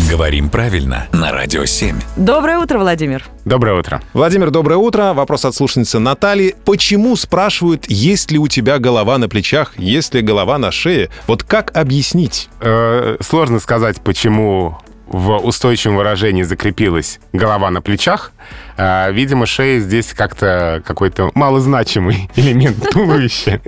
Говорим правильно на Радио 7. Доброе утро, Владимир. Доброе утро. Владимир, доброе утро. Вопрос от слушательницы Натальи. Почему спрашивают, есть ли у тебя голова на плечах, есть ли голова на шее? Вот как объяснить? Сложно сказать, почему в устойчивом выражении закрепилась голова на плечах. Видимо, шея здесь как-то какой-то малозначимый элемент туловища.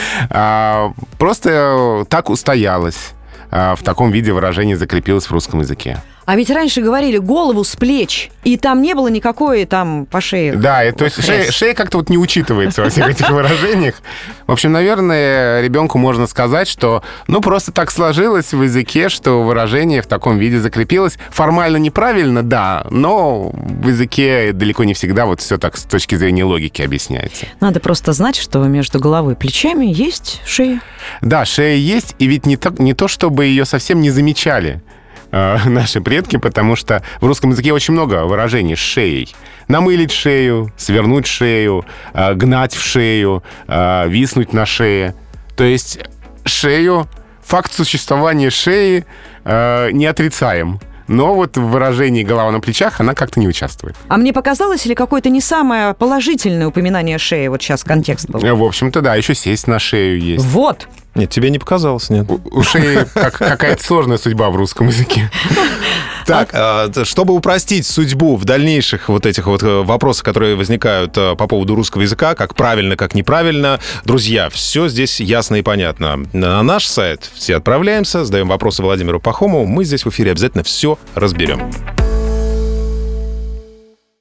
Просто так устоялась. В таком виде выражение закрепилось в русском языке. А ведь раньше говорили голову с плеч, и там не было никакой там по шее. Да, то есть шея как-то вот не учитывается во всех этих выражениях. В общем, наверное, ребенку можно сказать, что просто так сложилось в языке, что выражение в таком виде закрепилось. Формально неправильно, да, но в языке далеко не всегда вот все так с точки зрения логики объясняется. Надо просто знать, что между головой и плечами есть шея. Да, шея есть, и ведь не то, чтобы ее совсем не замечали наши предки, потому что в русском языке очень много выражений с шеей. Намылить шею, свернуть шею, гнать в шею, виснуть на шее. То есть факт существования шеи не отрицаем. Но вот в выражении «голова на плечах» она как-то не участвует. А мне показалось, или какое-то не самое положительное упоминание шеи? Вот сейчас контекст был. В общем-то, да, еще сесть на шею есть. Вот. Нет, тебе не показалось, нет. У шеи какая-то сложная судьба в русском языке. Так, чтобы упростить судьбу в дальнейших вот этих вот вопросах, которые возникают по поводу русского языка, как правильно, как неправильно, друзья, все здесь ясно и понятно. На наш сайт все отправляемся, задаем вопросы Владимиру Пахомову, мы здесь в эфире обязательно все разберем.